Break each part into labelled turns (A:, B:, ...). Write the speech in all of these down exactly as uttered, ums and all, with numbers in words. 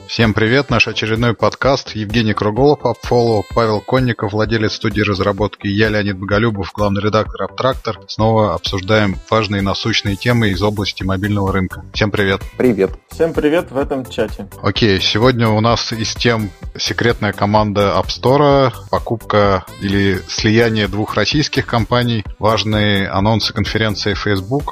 A: Всем привет, наш очередной подкаст. Евгений Круголов, AppFollow, Павел Конников, владелец студии разработки, и я, Леонид Боголюбов, главный редактор AppTractor. Снова обсуждаем важные насущные темы из области мобильного рынка. Всем привет.
B: Привет.
C: Всем привет в этом чате.
A: Окей, сегодня у нас из тем секретная команда App Store, покупка или слияние двух российских компаний, важные анонсы конференции Facebook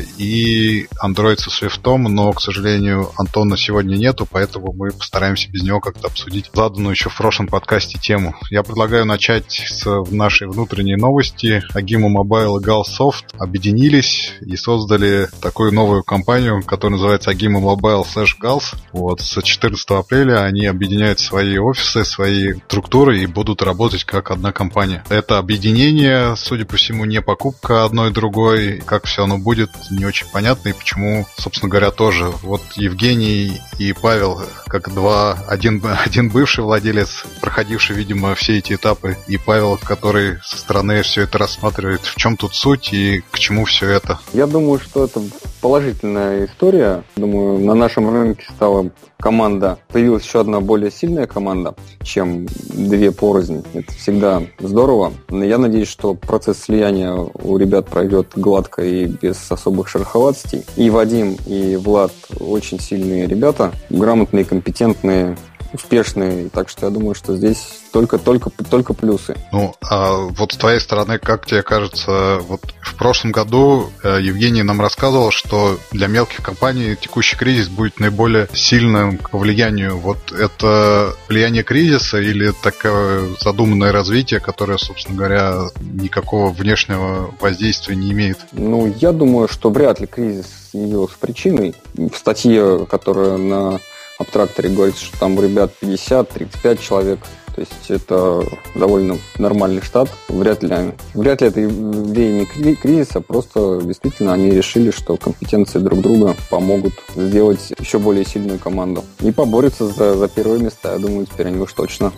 A: и Android со Swift, но, к сожалению, Антона сегодня нету, поэтому мы постараемся без него как-то обсудить заданную еще в прошлом подкасте тему. Я предлагаю начать с нашей внутренней новости. Agimo Mobile и Galsoft объединились и создали такую новую компанию, которая называется Agimo Mobile slash Gals. Вот, с четырнадцатого апреля они объединяют свои офисы, свои структуры и будут работать как одна компания. Это объединение, судя по всему, не покупка одной другой. Как все оно будет, не очень понятно, и почему, собственно говоря, тоже. Вот Евгений и Павел, как два, один, один бывший владелец, проходивший, видимо, все эти этапы, и Павел, который со стороны все это рассматривает. В чем тут суть и к чему все это?
B: Я думаю, что это положительная история. Думаю, на нашем рынке стала команда, появилась еще одна более сильная команда, чем две порознь. Это всегда здорово. Но я надеюсь, что процесс слияния у ребят пройдет гладко и без особых шероховатостей. И Вадим, и Влад очень сильные ребята, грамотные, компетентные, успешные. Так что я думаю, что здесь только, только, только плюсы.
A: Ну, а вот с твоей стороны, как тебе кажется, вот в прошлом году Евгений нам рассказывал, что для мелких компаний текущий кризис будет наиболее сильным по влиянию. Вот это влияние кризиса или такое задуманное развитие, которое, собственно говоря, никакого внешнего воздействия не имеет?
B: Ну, я думаю, что вряд ли кризис явился причиной. В статье, которая на AppTractor говорится, что там у ребят пятьдесят тридцать пять человек. То есть это довольно нормальный штат. Вряд ли, вряд ли это веяние кризиса, просто действительно они решили, что компетенции друг друга помогут сделать еще более сильную команду. И поборются за, за первые места. Я думаю, теперь они уж точно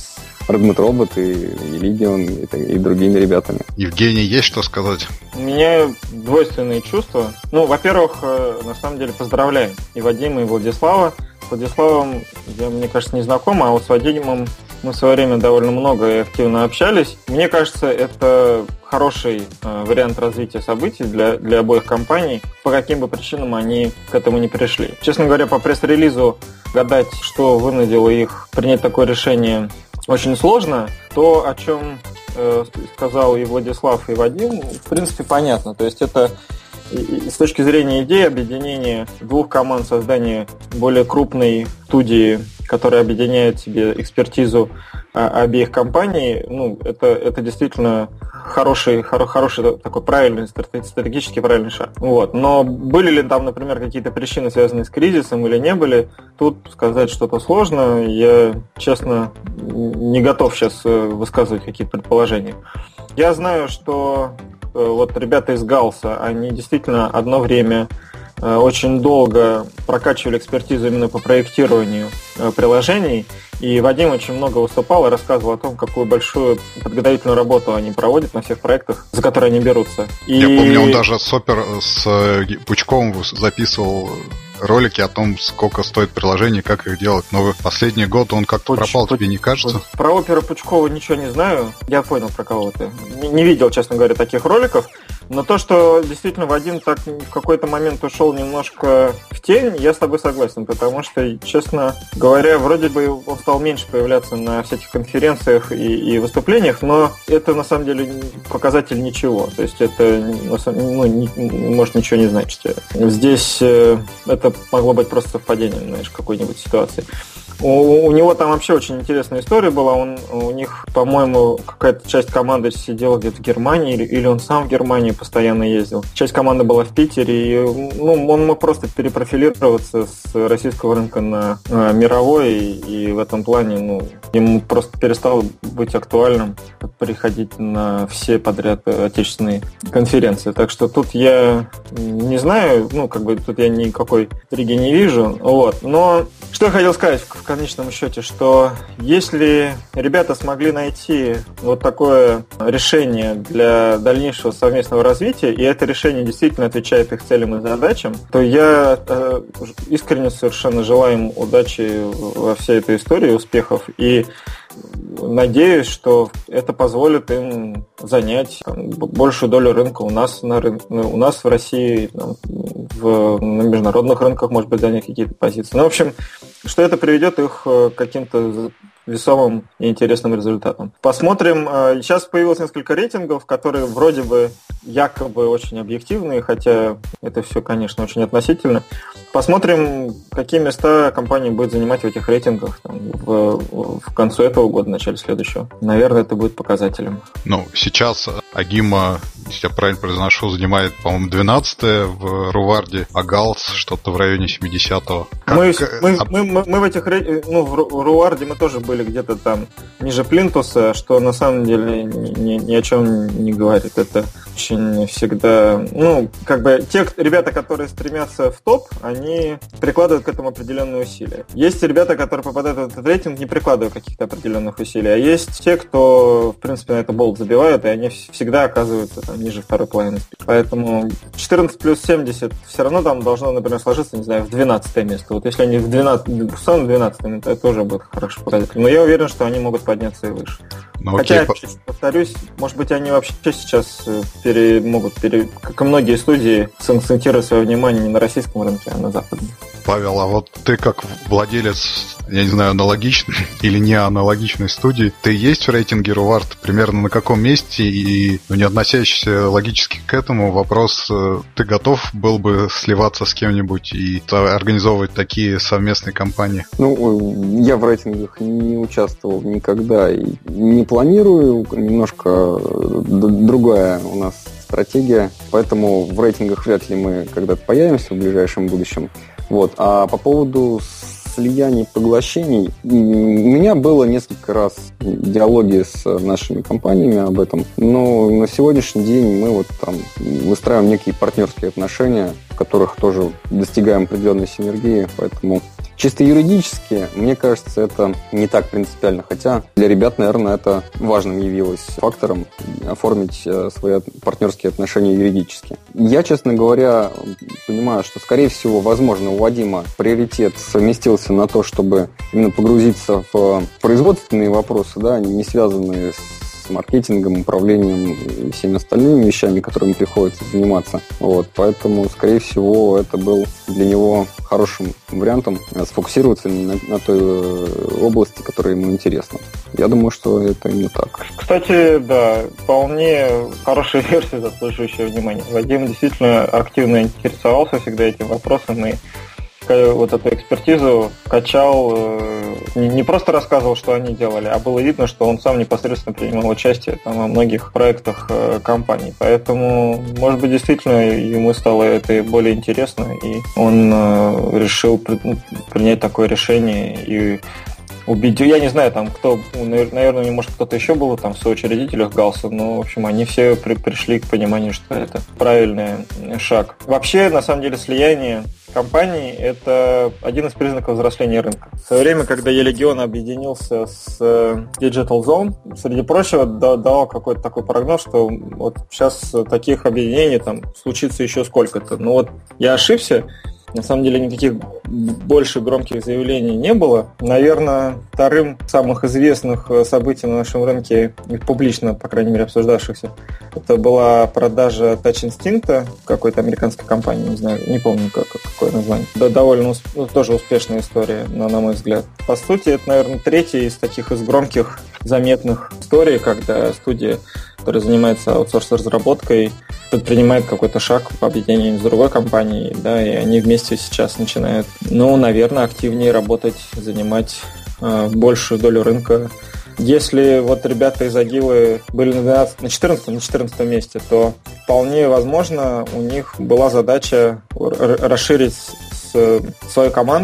B: с Redmond Robot и, и Legion и, и другими ребятами.
A: Евгений, есть что сказать?
C: У меня двойственные чувства. Ну, во-первых, на самом деле поздравляем и Вадима, и Владислава. С Владиславом я, мне кажется, не знаком, а вот с Вадимом мы в свое время довольно много и активно общались. Мне кажется, это хороший э, вариант развития событий для, для обоих компаний, по каким бы причинам они к этому не пришли. Честно говоря, по пресс-релизу гадать, что вынудило их принять такое решение, очень сложно. То, о чем э, сказал и Владислав, и Вадим, в принципе, понятно. То есть это и с точки зрения идеи объединения двух команд, создания более крупной студии, которая объединяет в себе экспертизу обеих компаний, ну, это, это действительно хороший, хоро, хороший такой правильный, стратегически правильный шаг. Вот. Но были ли там, например, какие-то причины, связанные с кризисом, или не были, тут сказать что-то сложно. Я, честно, не готов сейчас высказывать какие-то предположения. Я знаю, что вот ребята из Галса, они действительно одно время очень долго прокачивали экспертизу именно по проектированию приложений, и Вадим очень много выступал и рассказывал о том, какую большую подготовительную работу они проводят на всех проектах, за которые они берутся. И...
A: Я помню, он даже супер с Пучковым записывал ролики о том, сколько стоит приложение, как их делать. Но последний год он как-то Пуч, пропал, Пуч, тебе не кажется?
C: Про опера Пучкова ничего не знаю. Я понял, про кого ты. Не, не видел, честно говоря, таких роликов. Но то, что действительно Вадим так в какой-то момент ушел немножко в тень, я с тобой согласен. Потому что, честно говоря, вроде бы он стал меньше появляться на всяких конференциях и, и выступлениях, но это на самом деле показатель ничего. То есть это, ну, не, может ничего не значить. Здесь это могло быть просто совпадением, знаешь, какой-нибудь ситуации. У, у него там вообще очень интересная история была. Он, у них, по-моему, какая-то часть команды сидела где-то в Германии, или, или он сам в Германии постоянно ездил. Часть команды была в Питере, и ну, он мог просто перепрофилироваться с российского рынка на, на мировой, и, и в этом плане, ну, ему просто перестало быть актуальным приходить на все подряд отечественные конференции. Так что тут я не знаю, ну, как бы тут я никакой интриги не вижу. Вот. Но что я хотел сказать в конечном счете, что если ребята смогли найти вот такое решение для дальнейшего совместного развития, и это решение действительно отвечает их целям и задачам, то я э, искренне совершенно желаю им удачи во всей этой истории, успехов, и надеюсь, что это позволит им занять там большую долю рынка у нас, на рын... у нас в России, там, в... на международных рынках, может быть, занять какие-то позиции. Ну, в общем, что это приведет их к каким-то весомым и интересным результатом. Посмотрим. Сейчас появилось несколько рейтингов, которые вроде бы якобы очень объективные, хотя это все, конечно, очень относительно. Посмотрим, какие места компания будет занимать в этих рейтингах там, в, в конце этого года, в начале следующего. Наверное, это будет показателем.
A: Ну, сейчас Агима, если я правильно произношу, занимает, по-моему, двенадцатое в Руварде, а Галс что-то в районе семидесятого. Как...
C: Мы, мы, мы, мы, мы в этих ну, в Руварде мы тоже были где-то там ниже плинтуса, что на самом деле ни, ни о чем не говорит. Это очень всегда... Ну, как бы те ребята, которые стремятся в топ, они прикладывают к этому определенные усилия. Есть ребята, которые попадают в этот рейтинг, не прикладывая каких-то определенных усилий. А есть те, кто, в принципе, на это болт забивают, и они всегда оказываются там, ниже второй половины. Поэтому четырнадцать плюс семьдесят все равно там должно, например, сложиться, не знаю, в двенадцатое место. Вот если они в двенадцатое, в самом двенадцатом, это тоже будет хороший показатель. Но я уверен, что они могут подняться и выше. Ну, Хотя, окей. повторюсь, может быть, они вообще сейчас пере, могут, пере, как и многие студии, сакцентировать свое внимание не на российском рынке, а на западном.
A: Павел, а вот ты как владелец, я не знаю, аналогичной или не аналогичной студии, ты есть в рейтинге Рувард примерно на каком месте? И ну, не относящийся логически к этому вопрос, ты готов был бы сливаться с кем-нибудь и организовывать такие совместные кампании?
B: Ну, я в рейтингах не участвовал никогда и не планирую. Немножко другая у нас стратегия, поэтому в рейтингах вряд ли мы когда-то появимся в ближайшем будущем. Вот. А по поводу слияний, поглощений, у меня было несколько раз диалоги с нашими компаниями об этом, но на сегодняшний день мы вот там выстраиваем некие партнерские отношения, в которых тоже достигаем определенной синергии, поэтому чисто юридически, мне кажется, это не так принципиально, хотя для ребят, наверное, это важным явилось фактором оформить свои партнерские отношения юридически. Я, честно говоря, понимаю, что, скорее всего, возможно, у Вадима приоритет совместился на то, чтобы именно погрузиться в производственные вопросы, да, не связанные с маркетингом, управлением и всеми остальными вещами, которыми приходится заниматься. Вот, поэтому, скорее всего, это был для него хорошим вариантом сфокусироваться на, на той области, которая ему интересна. Я думаю, что это именно так.
C: Кстати, да, вполне хорошая версия, заслуживающая внимания. Вадим действительно активно интересовался всегда этим вопросом и вот эту экспертизу качал, не просто рассказывал, что они делали, а было видно, что он сам непосредственно принимал участие там, во многих проектах компаний. Поэтому, может быть, действительно ему стало это более интересно, и он решил принять такое решение и убедил. Я не знаю, там кто, наверное, может кто-то еще был там в соучредителях Галса, но, в общем, они все при, пришли к пониманию, что это правильный шаг. Вообще, на самом деле, слияние компаний – это один из признаков взросления рынка. В свое время, когда Елегион объединился с Digital Zone, среди прочего, дал какой-то такой прогноз, что вот сейчас таких объединений там случится еще сколько-то. Ну вот я ошибся. На самом деле никаких больше громких заявлений не было. Наверное, вторым самых известных событий на нашем рынке, публично, по крайней мере, обсуждавшихся, это была продажа Touch Instinct какой-то американской компании, не знаю, не помню как, какое название. Да, довольно ну, тоже успешная история, на, на мой взгляд. По сути, это, наверное, третья из таких из громких, заметных историй, когда студия, которая занимается аутсорс-разработкой, предпринимает какой-то шаг по объединению с другой компанией, да, и они вместе сейчас начинают, ну, наверное, активнее работать, занимать э, большую долю рынка. Если вот ребята из Агилы были на, двенадцатом, на четырнадцатом, на четырнадцатом месте, то вполне возможно у них была задача расширить свою команду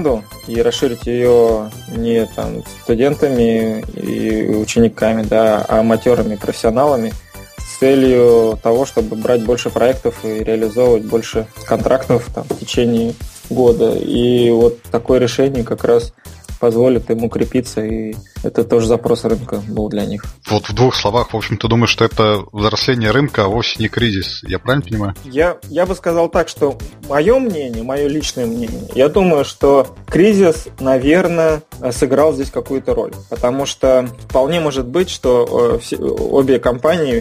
C: и расширить ее не там студентами и учениками, да, а матерыми профессионалами с целью того, чтобы брать больше проектов и реализовывать больше контрактов там, в течение года. И вот такое решение как раз позволит им укрепиться, и это тоже запрос рынка был для них.
A: Вот в двух словах, в общем, ты думаешь, что это взросление рынка, а вовсе не кризис. Я правильно понимаю?
C: Я, я бы сказал так, что мое мнение, мое личное мнение, я думаю, что кризис, наверное, сыграл здесь какую-то роль. Потому что вполне может быть, что все, обе компании,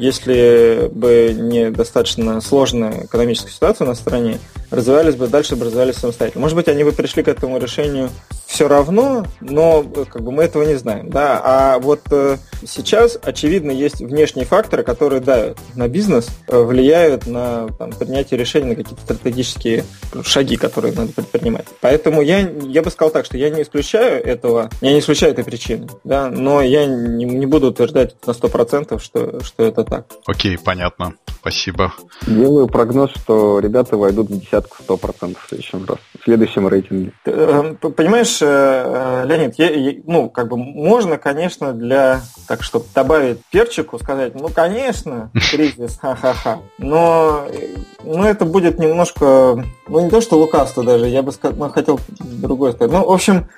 C: если бы не достаточно сложная экономическая ситуация на стране, развивались бы, дальше бы развивались самостоятельно. Может быть, они бы пришли к этому решению все равно, но как бы мы этого не знаем. Да? А вот э, сейчас, очевидно, есть внешние факторы, которые давят на бизнес, э, влияют на там, принятие решений, на какие-то стратегические шаги, которые надо предпринимать. Поэтому я, я бы сказал так, что я не исключаю этого, я не исключаю этой причины, да? Но я не, не буду утверждать на сто процентов, что, что это так.
A: Окей, понятно. Спасибо.
B: Делаю прогноз, что ребята войдут в десятку сто процентов в следующем раз, в следующем рейтинге.
C: Понимаешь, Леонид, я, я, ну, как бы можно, конечно, для, так, чтобы добавить перчику, сказать, ну, конечно, кризис, ха-ха-ха, но, но это будет немножко, ну, не то, что лукавство даже, я бы сказал, ну, хотел другое сказать. Ну, в общем,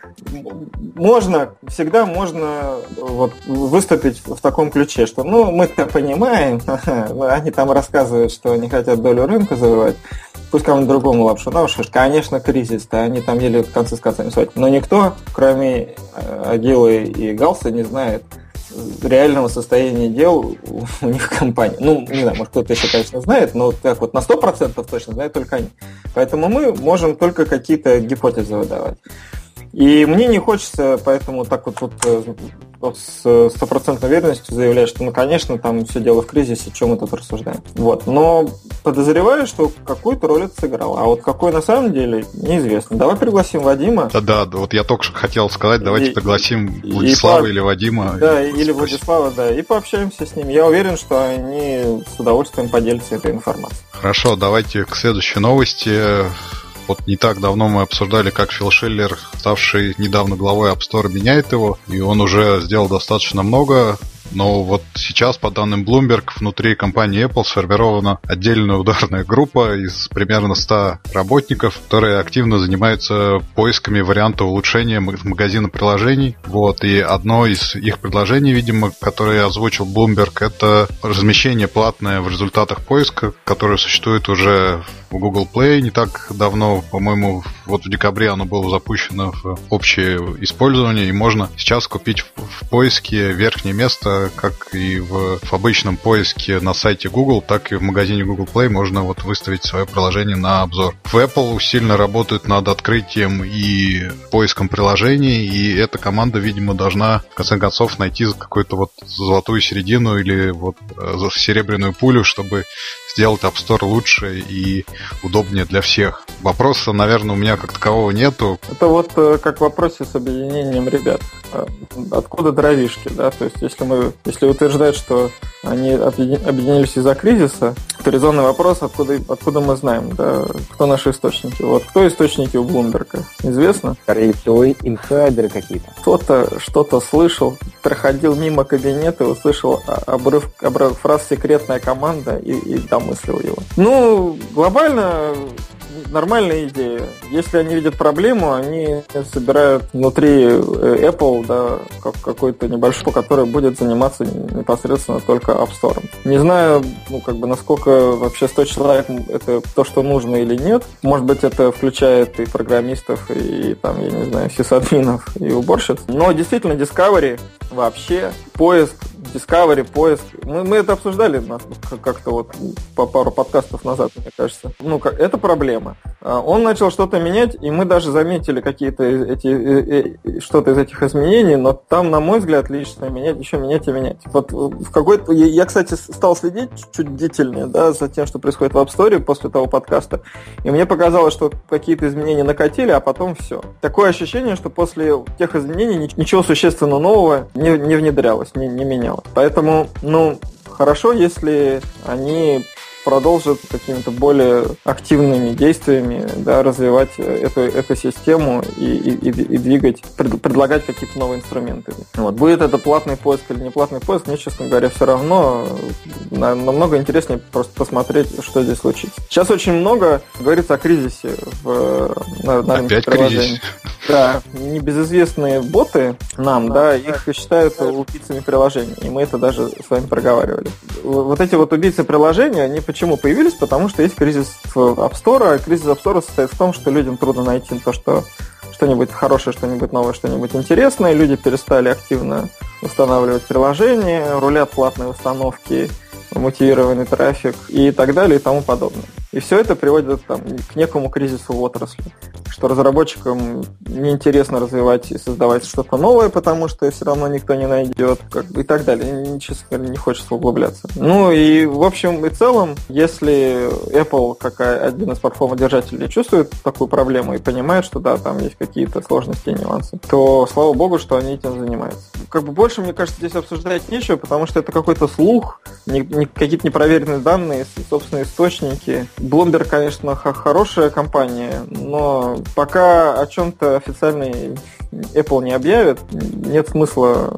C: можно, всегда можно вот, выступить в таком ключе, что, ну, мы-то понимаем, они там рассказывают, что они хотят долю рынка завоевать, пусть кому-то другому лапшу на уши, конечно, кризис-то, они там еле концы с концами сводят. Но никто, кроме Агилы и Галса, не знает реального состояния дел у них в компании. Ну, не знаю, может, кто-то еще, конечно, знает, но так вот на сто процентов точно знают только они. Поэтому мы можем только какие-то гипотезы выдавать. И мне не хочется, поэтому так вот, вот, вот с стопроцентной уверенностью заявлять, что, ну, конечно, там все дело в кризисе, чем мы тут рассуждаем. Вот. Но подозреваю, что какую-то роль это сыграло. А вот какой на самом деле, неизвестно. Давай пригласим Вадима.
A: Да-да, вот я только что хотел сказать, давайте и, пригласим Владислава и, или Вадима.
C: Да, и, или Владислава, да, и пообщаемся с ними. Я уверен, что они с удовольствием поделятся этой информацией.
A: Хорошо, давайте к следующей новости. Вот не так давно мы обсуждали, как Фил Шиллер, ставший недавно главой App Store, меняет его, и он уже сделал достаточно много. Но вот сейчас, по данным Bloomberg, внутри компании Apple сформирована отдельная ударная группа из примерно ста работников, которые активно занимаются поисками варианта улучшения магазина приложений. Вот, и одно из их предложений, видимо, которое озвучил Bloomberg, это размещение платное в результатах поиска, которое существует уже в Google Play не так давно, по-моему, вот в декабре оно было запущено в общее использование, и можно сейчас купить в поиске верхнее место, как и в, в обычном поиске на сайте Google, так и в магазине Google Play можно вот выставить свое приложение на обзор. В Apple сильно работают над открытием и поиском приложений, и эта команда, видимо, должна в конце концов найти какую-то вот золотую середину или вот серебряную пулю, чтобы сделать App Store лучше и удобнее для всех. Вопроса, наверное, у меня как такового нету.
C: Это вот как в вопросе с объединением ребят. Откуда дровишки, да? То есть, если мы, если утверждать, что они объединились из-за кризиса, то резонный вопрос, откуда, откуда мы знаем, да? Кто наши источники? Вот кто источники у Bloomberg? Известно?
B: Скорее всего, инсайдеры какие-то.
C: Кто-то что-то слышал, проходил мимо кабинета, услышал обрыв, обрыв фраз «секретная команда» и, и домыслил его. Ну, глобально нормальная идея. Если они видят проблему, они собирают внутри Apple, да, какой-то небольшой, который будет заниматься непосредственно только App Store. Не знаю, ну, как бы, насколько вообще сто человек это то, что нужно или нет. Может быть, это включает и программистов, и, там, я не знаю, сисадминов, и уборщиц. Но действительно, Discovery вообще, поиск, Discovery, поиск. Мы, мы это обсуждали как-то вот по пару подкастов назад, мне кажется. Ну, это проблема. Он начал что-то менять, и мы даже заметили какие-то эти, что-то из этих изменений, но там, на мой взгляд, лично менять, еще менять и менять. Вот в какой-то... Я, кстати, стал следить чуть бдительнее, да, за тем, что происходит в App Store после того подкаста, и мне показалось, что какие-то изменения накатили, а потом все. Такое ощущение, что после тех изменений ничего существенно нового не, не внедрялось, не, не менялось. Поэтому, ну, хорошо, если они продолжит какими-то более активными действиями, да, развивать эту экосистему и, и, и двигать, пред, предлагать какие-то новые инструменты. Вот. Будет это платный поиск или не платный поиск, мне, честно говоря, все равно. Намного интереснее просто посмотреть, что здесь случится. Сейчас очень много говорится о кризисе в, на, на рынке приложений. Да, небезызвестные боты нам, да, их считают убийцами приложений, и мы это даже с вами проговаривали. Вот эти вот убийцы приложений, они почему появились? Потому что есть кризис App Store, а кризис App Store состоит в том, что людям трудно найти то, что что-нибудь хорошее, что-нибудь новое, что-нибудь интересное, люди перестали активно устанавливать приложения, рулят платные установки, мотивированный трафик и так далее и тому подобное. И все это приводит там, к некому кризису в отрасли, что разработчикам неинтересно развивать и создавать что-то новое, потому что все равно никто не найдет, как бы, и так далее. И, честно говоря, не хочется углубляться. Ну и в общем и целом, если Apple, как один из платформодержателей, чувствует такую проблему и понимает, что да, там есть какие-то сложности и нюансы, то слава богу, что они этим занимаются. Как бы больше, мне кажется, здесь обсуждать нечего, потому что это какой-то слух, не, не, какие-то непроверенные данные, собственные источники. Bloomberg, конечно, х- хорошая компания, но пока о чем-то официальный Apple не объявит, нет смысла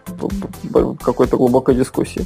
C: какой-то глубокой дискуссии.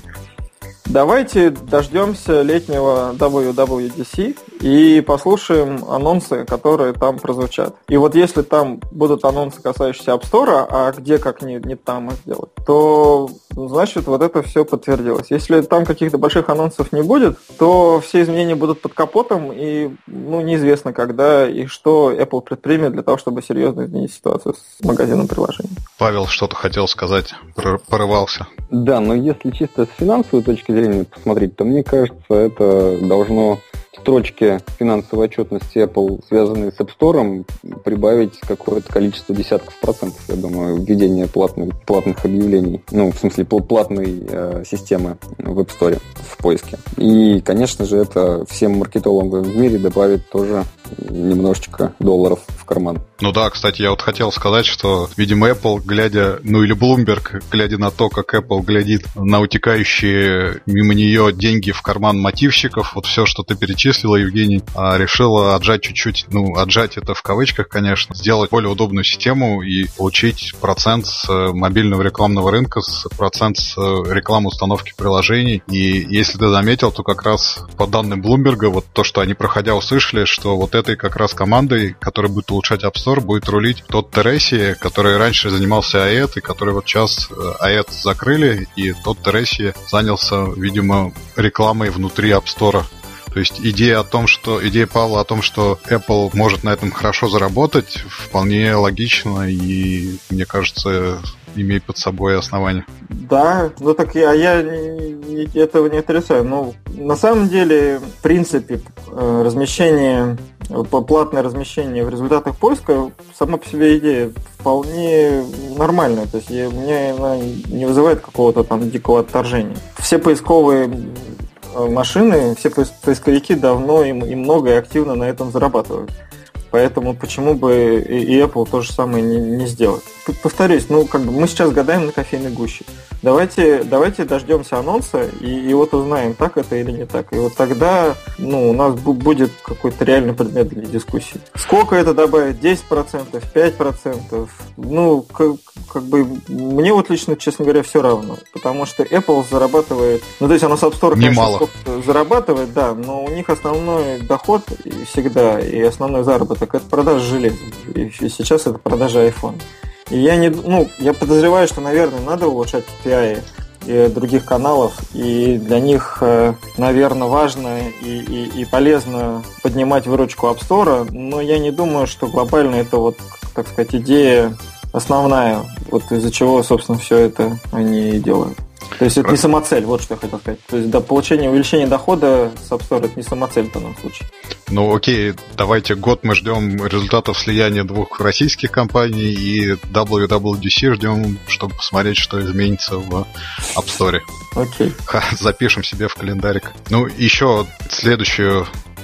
C: Давайте дождемся летнего дабл ю дабл ю ди си и послушаем анонсы, которые там прозвучат. И вот если там будут анонсы, касающиеся App Store, а где как не, не там их сделать, то значит вот это все подтвердилось. Если там каких-то больших анонсов не будет, то все изменения будут под капотом, и ну, неизвестно, когда и что Apple предпримет для того, чтобы серьезно изменить ситуацию с магазином приложений.
A: Павел что-то хотел сказать, порывался.
B: Да, но если чисто с финансовой точки зрения посмотреть, то мне кажется, это должно строчки финансовой отчетности Apple, связанные с App Store, прибавить какое-то количество десятков процентов, я думаю, введение платных, платных объявлений, ну, в смысле, платной э, системы в App Store, в поиске. И, конечно же, это всем маркетологам в мире добавит тоже немножечко долларов в карман.
A: Ну да, кстати, я вот хотел сказать, что, видимо, Apple, глядя, ну или Bloomberg, глядя на то, как Apple глядит на утекающие мимо нее деньги в карман мотивщиков, вот все, что ты перечислила, Евгений, решила отжать чуть-чуть, ну, отжать это в кавычках, конечно, сделать более удобную систему и получить процент с мобильного рекламного рынка, с процент с рекламы установки приложений. И если ты заметил, то как раз по данным Bloomberg, вот то, что они проходя услышали, что вот этой как раз командой, которая будет улучшать App Store, будет рулить тот Тереси, который раньше занимался эй и ти, и который вот сейчас эй и ти закрыли, и тот Тереси занялся, видимо, рекламой внутри App Store. То есть идея о том, что идея Павла о том, что Apple может на этом хорошо заработать, вполне логична и, мне кажется, имеет под собой основания.
C: Да, ну так я, я этого не отрицаю. Но на самом деле, в принципе, размещение, платное размещение в результатах поиска, сама по себе идея вполне нормальная. То есть я, у меня она не вызывает какого-то там дикого отторжения. Все поисковые машины, все поисковики давно и много и активно на этом зарабатывают. Поэтому почему бы и Apple то же самое не, не сделать? Повторюсь, ну как бы мы сейчас гадаем на кофейной гуще. Давайте, давайте дождемся анонса и, и вот узнаем, так это или не так. И вот тогда ну, у нас будет какой-то реальный предмет для дискуссии. Сколько это добавит? десять процентов, пять процентов? Ну, как, как бы мне вот лично, честно говоря, все равно. Потому что Apple зарабатывает... Ну, то есть оно с App Store, конечно, зарабатывает, да, но у них основной доход всегда и основной заработок это продажа железа. И сейчас это продажа iPhone. И я не, ну, я подозреваю, что, наверное, надо улучшать кей пи ай и других каналов, и для них, наверное, важно и, и, и полезно поднимать выручку App Store, но я не думаю, что глобально это вот, так сказать, идея основная, вот из-за чего, собственно, все это они делают. То есть это не самоцель, вот что я хотел сказать. То есть до получения увеличения дохода с App Store это не самоцель в данном случае.
A: Ну окей, давайте год мы ждем результатов слияния двух российских компаний и дабл ю дабл ю ди си ждем, чтобы посмотреть, что изменится в App Store.
C: Окей.
A: Ха, запишем себе в календарик. Ну еще следующую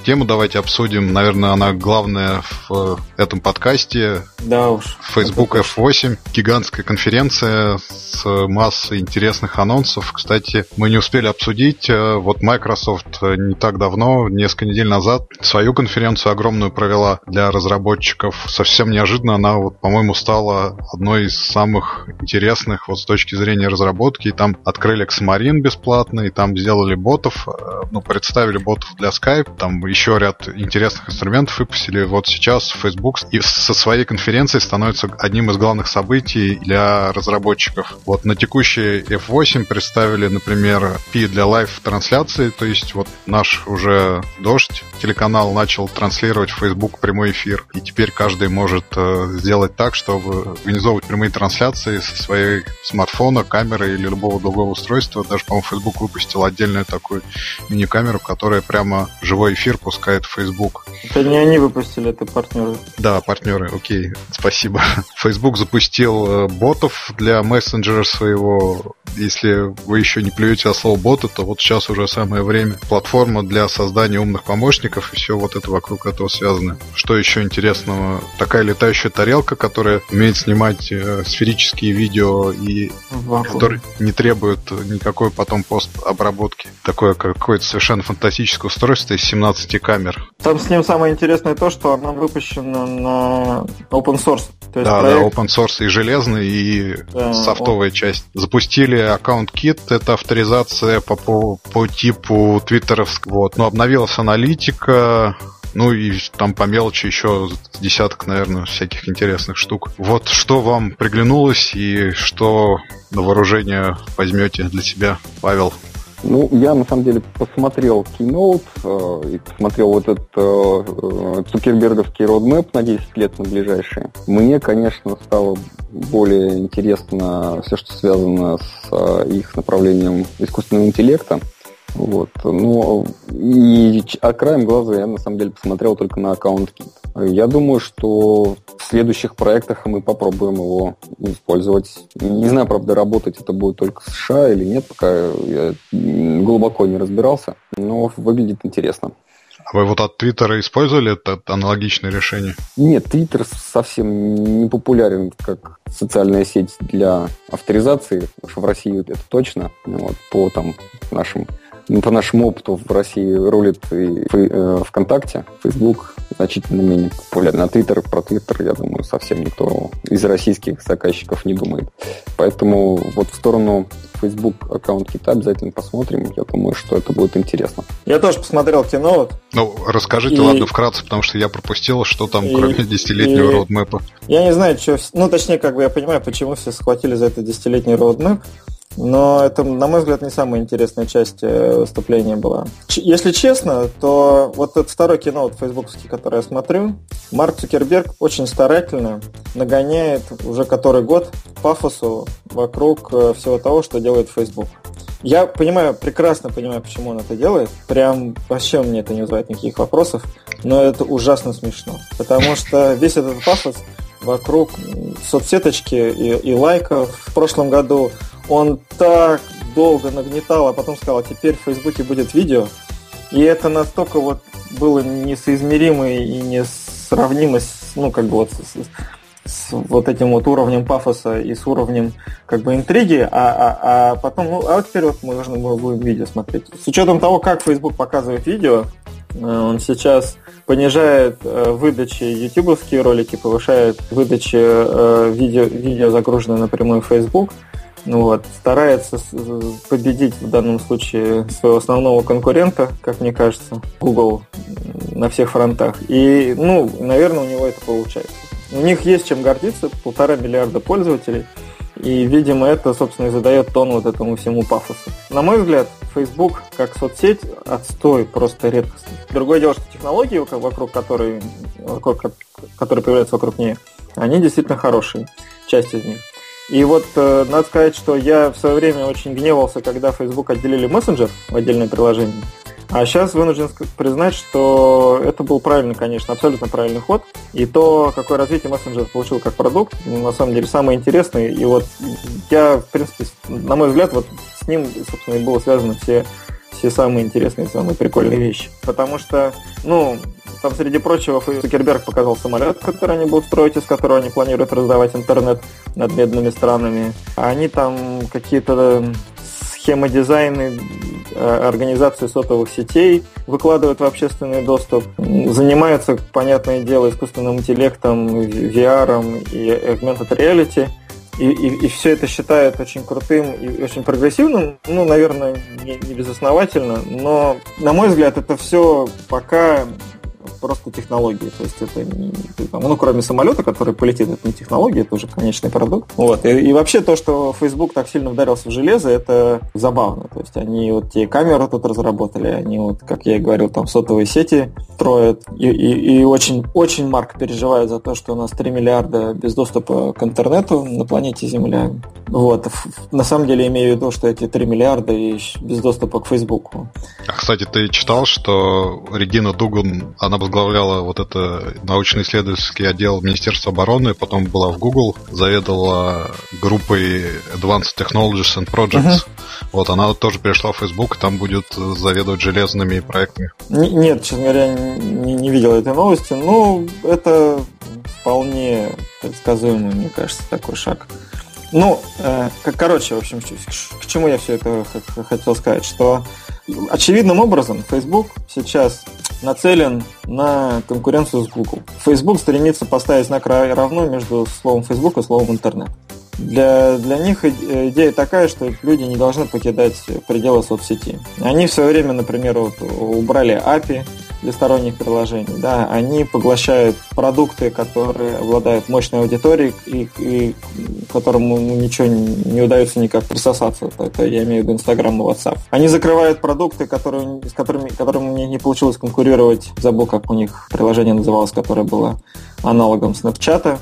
A: тему давайте обсудим. Наверное, она главная в этом подкасте.
C: Да уж.
A: Facebook эф восемь. Гигантская конференция с массой интересных анонсов. Кстати, мы не успели обсудить. Вот Microsoft не так давно, несколько недель назад, свою конференцию огромную провела для разработчиков. Совсем неожиданно она, вот, по-моему, стала одной из самых интересных вот с точки зрения разработки. И там открыли Xamarin бесплатно, и там сделали ботов, ну, представили ботов для Skype, там еще ряд интересных инструментов выпустили. Вот сейчас Facebook и со своей конференцией становится одним из главных событий для разработчиков. Вот на текущей эф восемь представили, например, пи для лайв-трансляции, то есть вот наш уже Дождь телеканал начал транслировать в Facebook прямой эфир, и теперь каждый может э, сделать так, чтобы организовывать прямые трансляции со своей смартфона, камеры или любого другого устройства. Даже, по-моему, Facebook выпустил отдельную такую мини-камеру, которая прямо живой эфир пускает в Facebook.
C: Это не они выпустили, это партнеры.
A: Да, партнеры, окей, спасибо. Facebook запустил ботов для мессенджера своего. Если вы еще не плюете о слово боты, то вот сейчас уже самое время. Платформа для создания умных помощников и все вот это вокруг этого связано. Что еще интересного? Такая летающая тарелка, которая умеет снимать э, сферические видео и которые не требуют никакой потом постобработки. Такое какое-то совершенно фантастическое устройство из семнадцати камер.
C: Там с ним самое интересное то, что оно выпущено на open source. То есть
A: да,
C: проект...
A: да, open source и железный, и да, софтовая он... часть. Запустили аккаунт Kit, это авторизация по, по, по типу твиттеровского. Вот. Но обновилась аналитика. Ну и там по мелочи еще десяток, наверное, всяких интересных штук. Вот что вам приглянулось и что на вооружение возьмете для себя, Павел?
B: Ну, я, на самом деле, посмотрел Keynote э, и посмотрел вот этот э, цукерберговский roadmap на десять лет на ближайшие. Мне, конечно, стало более интересно все, что связано с э, их направлением искусственного интеллекта. Вот. Ну, и а краем глаза я, на самом деле, посмотрел только на аккаунт Kit. Я думаю, что в следующих проектах мы попробуем его использовать. Не знаю, правда, работать это будет только в США или нет, пока я глубоко не разбирался, но выглядит интересно.
A: А вы вот от Твиттера использовали это аналогичное решение?
B: Нет, Твиттер совсем не популярен как социальная сеть для авторизации, потому что в России это точно, вот, по там нашим по нашему опыту в России рулит и ВКонтакте, Facebook значительно менее популярен. А Твиттер, про Твиттер, я думаю, совсем никто из российских заказчиков не думает. Поэтому вот в сторону Facebook аккаунт Кита обязательно посмотрим. Я думаю, что это будет интересно.
C: Я тоже посмотрел Keynote.
A: Ну, расскажите, и... ладно, вкратце, потому что я пропустил, что там, и... кроме десятилетнего и... роудмэпа.
C: Я не знаю, что... Ну, точнее, как бы я понимаю, почему все схватили за этот десятилетний роудмэп. Но это, на мой взгляд, не самая интересная часть выступления была. Ч- если честно, то вот этот второй Keynote фейсбуковский, который я смотрю, Марк Цукерберг очень старательно нагоняет уже который год пафосу вокруг всего того, что делает Facebook. Я понимаю, прекрасно понимаю, почему он это делает. Прям вообще мне это не вызывает никаких вопросов. Но это ужасно смешно. Потому что весь этот пафос вокруг соцсеточки и, и лайков в прошлом году он так долго нагнетал, а потом сказал, а теперь в Фейсбуке будет видео. И это настолько вот было несоизмеримо и несравнимо с, ну, как бы вот с, с вот этим вот уровнем пафоса и с уровнем как бы интриги, а, а, а потом, ну, а вот теперь вот мы должны будем видео смотреть. С учетом того, как Facebook показывает видео, он сейчас понижает э, выдачи ютубовские ролики, повышает выдачи э, видео, видео, загруженное напрямую в Facebook. Вот, старается победить в данном случае своего основного конкурента, как мне кажется, Google на всех фронтах. И, ну, наверное, у него это получается. У них есть чем гордиться, полтора миллиарда пользователей. И, видимо, это, собственно, и задает тон вот этому всему пафосу. На мой взгляд, Facebook как соцсеть отстой просто редкостный. Другое дело, что технологии, вокруг которой, вокруг, которые появляются вокруг нее, они действительно хорошие, часть из них. И вот э, надо сказать, что я в свое время очень гневался, когда Facebook отделили мессенджер в отдельное приложение. А сейчас вынужден признать, что это был правильный, конечно, абсолютно правильный ход. И то, какое развитие мессенджер получил как продукт, на самом деле самое интересное. И вот я, в принципе, на мой взгляд, вот с ним, собственно, и было связано все, все самые интересные, самые прикольные вещи. Потому что, ну, там, среди прочего, Цукерберг показал самолет, который они будут строить, из которого они планируют раздавать интернет над бедными странами. Они там какие-то схемы дизайна, организации сотовых сетей выкладывают в общественный доступ. Занимаются, понятное дело, искусственным интеллектом, ви ар и augmented reality. И, и, и все это считают очень крутым и очень прогрессивным. Ну, наверное, не, не безосновательно. Но, на мой взгляд, это все пока просто технологии. То есть это не, ну, кроме самолета, который полетит, это не технология, это уже конечный продукт. Вот. И, и вообще то, что Facebook так сильно вдарился в железо, это забавно. То есть они вот те камеры тут разработали, они вот, как я и говорил, там сотовые сети строят. И, и, и очень, очень Марк переживает за то, что у нас три миллиарда без доступа к интернету на планете Земля. Вот. На самом деле имею в виду, что эти три миллиарда и без доступа к Фейсбуку.
A: А, кстати, ты читал, что Регина Дуган, она возглавляла вот это научно-исследовательский отдел Министерства обороны, потом была в Google, заведовала группой Advanced Technologies and Projects. Uh-huh. Вот, она тоже перешла в Facebook, и там будет заведовать железными проектами.
C: Нет, честно говоря, не, не видел этой новости. Ну, это вполне предсказуемый, мне кажется, такой шаг. Ну, э, короче, в общем, к чему я все это хотел сказать, что очевидным образом Facebook сейчас нацелен на конкуренцию с Google. Facebook стремится поставить знак равно между словом Facebook и словом интернет. Для, для них идея такая, что люди не должны покидать пределы соцсети. Они в свое время, например, вот, убрали эй пи ай для сторонних приложений. Да, они поглощают продукты, которые обладают мощной аудиторией и, и которому ничего не удается никак присосаться. Это я имею в виду Instagram и WhatsApp. Они закрывают продукты, которые, с которыми, которым не, не получилось конкурировать. Забыл, как у них приложение называлось, которое было аналогом Snapchat.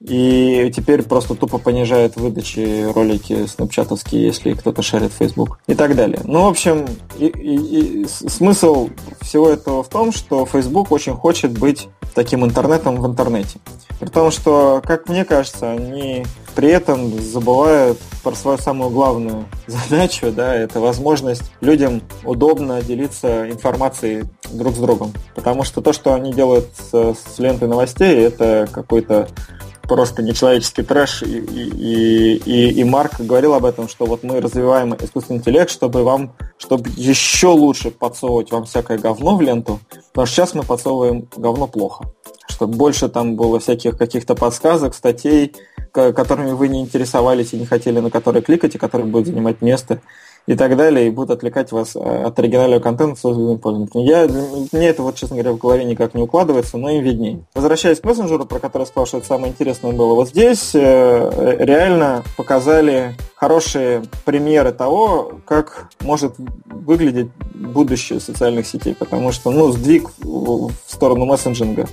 C: И теперь просто тупо понижают выдачи ролики снапчатовские, если кто-то шарит Facebook и так далее. Ну, в общем, и, и, и смысл всего этого в том, что Facebook очень хочет быть таким интернетом в интернете. При том, что, как мне кажется, они при этом забывают про свою самую главную задачу, да, это возможность людям удобно делиться информацией друг с другом. Потому что то, что они делают с, с лентой новостей, это какой-то просто нечеловеческий трэш, и, и, и, и Марк говорил об этом, что вот мы развиваем искусственный интеллект, чтобы вам, чтобы еще лучше подсовывать вам всякое говно в ленту, потому что сейчас мы подсовываем говно плохо, чтобы больше там было всяких каких-то подсказок, статей, которыми вы не интересовались и не хотели на которые кликать, и которые будут занимать место и так далее, и будут отвлекать вас от оригинального контента, созданного пользователем. Я, мне это, вот, честно говоря, в голове никак не укладывается, но им виднее. Возвращаясь к мессенджеру, про который я сказал, что это самое интересное было, вот здесь э, реально показали хорошие примеры того, как может выглядеть будущее социальных сетей, потому что, ну, сдвиг в сторону мессенджинга,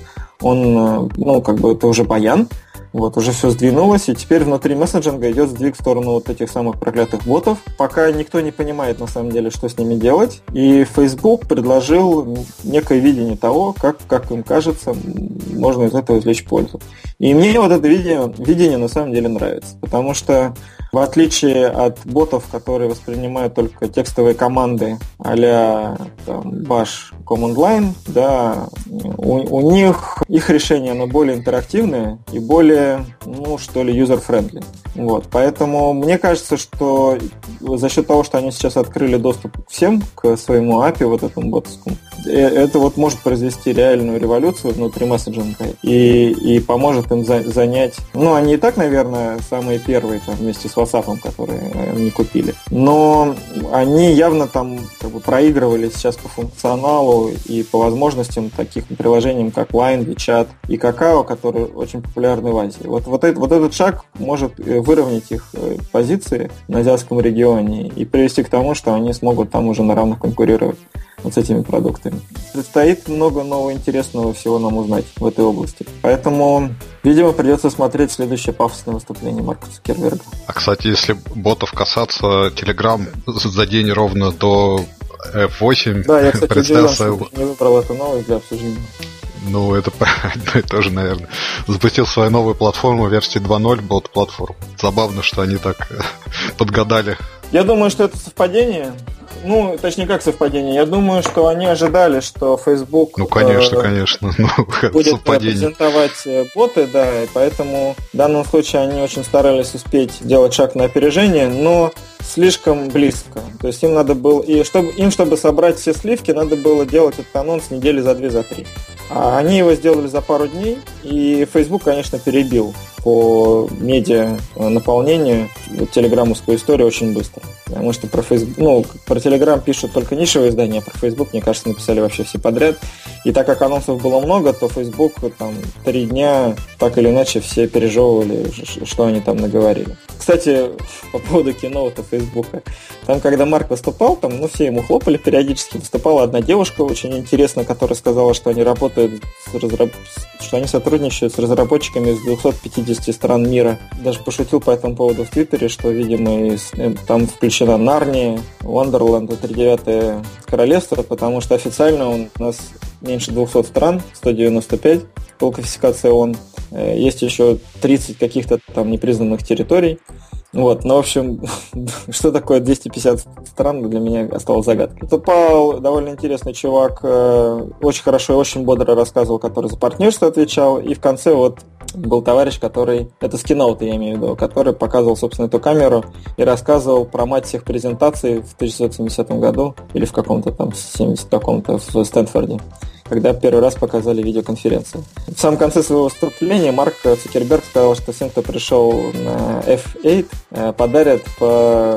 C: он, ну, как бы это уже баян. Вот, уже все сдвинулось, и теперь внутри мессенджинга идет сдвиг в сторону вот этих самых проклятых ботов. Пока никто не понимает, на самом деле, что с ними делать. И Facebook предложил некое видение того, как, как им кажется, можно из этого извлечь пользу. И мне вот это видение, видение на самом деле нравится, потому что в отличие от ботов, которые воспринимают только текстовые команды а-ля там, Bash Command Line, да, у, у них их решение оно более интерактивное и более, ну, что ли, user-friendly. Вот. Поэтому мне кажется, что за счет того, что они сейчас открыли доступ всем к своему эй пи ай, вот этому ботовскому, это вот может произвести реальную революцию внутри мессенджинга и, и поможет им за, занять... Ну, они и так, наверное, самые первые там, вместе с WhatsApp, которые они купили. Но они явно там как бы проигрывали сейчас по функционалу и по возможностям таких приложений, как Line, WeChat и Kakao, которые очень популярны в Азии. Вот, вот, этот, вот этот шаг может выровнять их позиции на азиатском регионе и привести к тому, что они смогут там уже на равных конкурировать вот с этими продуктами. Предстоит много нового интересного всего нам узнать в этой области. Поэтому, видимо, придется смотреть следующее пафосное выступление Марка Цукерберга.
A: А, кстати, если ботов касаться, Telegram за день ровно до эф восемь.
C: Да, я, кстати, удивлен, что ты не выбрал эту новость для обсуждения.
A: Ну, это одно и то же, наверное. Запустил свою новую платформу, версию два ноль, бот-платформу. Забавно, что они так подгадали.
C: Я думаю, что это совпадение. Ну, точнее, как совпадение. Я думаю, что они ожидали, что Facebook
A: ну, конечно,
C: э,
A: конечно. Ну,
C: будет
A: совпадение.
C: презентовать боты, да, и поэтому в данном случае они очень старались успеть делать шаг на опережение, но слишком близко. То есть им надо было, и чтобы им, чтобы собрать все сливки, надо было делать этот анонс недели за две, за три. А они его сделали за пару дней, и Facebook, конечно, перебил по медиа наполнению телеграммовскую историю очень быстро. Потому что про Facebook, ну, про Telegram пишут только нишевые издания, а про Facebook, мне кажется, написали вообще все подряд. И так как анонсов было много, то Facebook там три дня так или иначе все пережевывали, что они там наговорили. Кстати, по поводу кино-то Фейсбука. Там, когда Марк выступал, там, ну, все ему хлопали периодически. Выступала одна девушка очень интересная, которая сказала, что они работают с разраб... что они сотрудничают с разработчиками из двухсот пятидесяти стран мира. Даже пошутил по этому поводу в Твиттере, что, видимо, там включена Нарния, Wonderland, тридевятое королевство, потому что официально у нас меньше двухсот стран, сто девяносто пять по классификации ООН. Есть еще тридцать каких-то там непризнанных территорий. Вот, ну, в общем, что такое двести пятьдесят стран, для меня осталось загадкой. Выступал довольно интересный чувак, очень хорошо и очень бодро рассказывал, который за партнерство отвечал, и в конце вот был товарищ, который, это с Keynote, я имею в виду, который показывал, собственно, эту камеру и рассказывал про мать всех презентаций в тысяча девятьсот семидесятом году, или в каком-то там семидесятом каком-то в Стэнфорде, когда первый раз показали видеоконференцию. В самом конце своего выступления Марк Цукерберг сказал, что всем, кто пришел на эф восемь, подарят по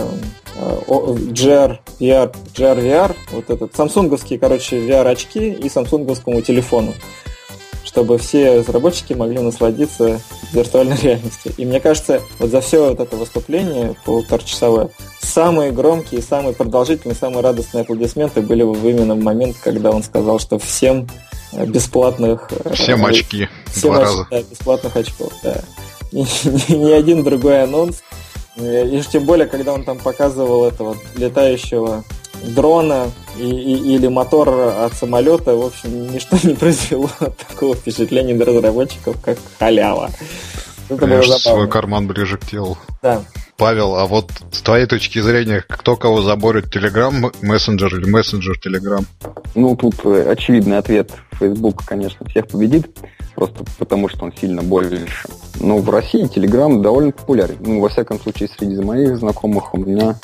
C: джи ар ви ар, джи ар ви ар, вот этот самсунговский, короче, ви ар-очки и самсунговскому телефону, чтобы все разработчики могли насладиться виртуальной реальностью. И мне кажется, вот за все вот это выступление, полуторачасовое, самые громкие, самые продолжительные, самые радостные аплодисменты были в именно в момент, когда он сказал, что всем бесплатных...
A: Всем очки.
C: Всем
A: Два
C: оч...
A: раза.
C: Да, бесплатных очков, да. И ни один другой анонс. И тем более, когда он там показывал этого летающего дрона и, и, или мотор от самолета, в общем, ничто не произвело такого впечатления до разработчиков, как халява. Это
A: Я же свой карман ближе к телу.
C: Да.
A: Павел, а вот с твоей точки зрения, кто кого заборет, Telegram мессенджер или мессенджер Telegram?
B: Ну, тут очевидный ответ. Facebook, конечно, всех победит, просто потому что он сильно больше. Но в России Telegram довольно популярен. Ну, во всяком случае, среди моих знакомых у меня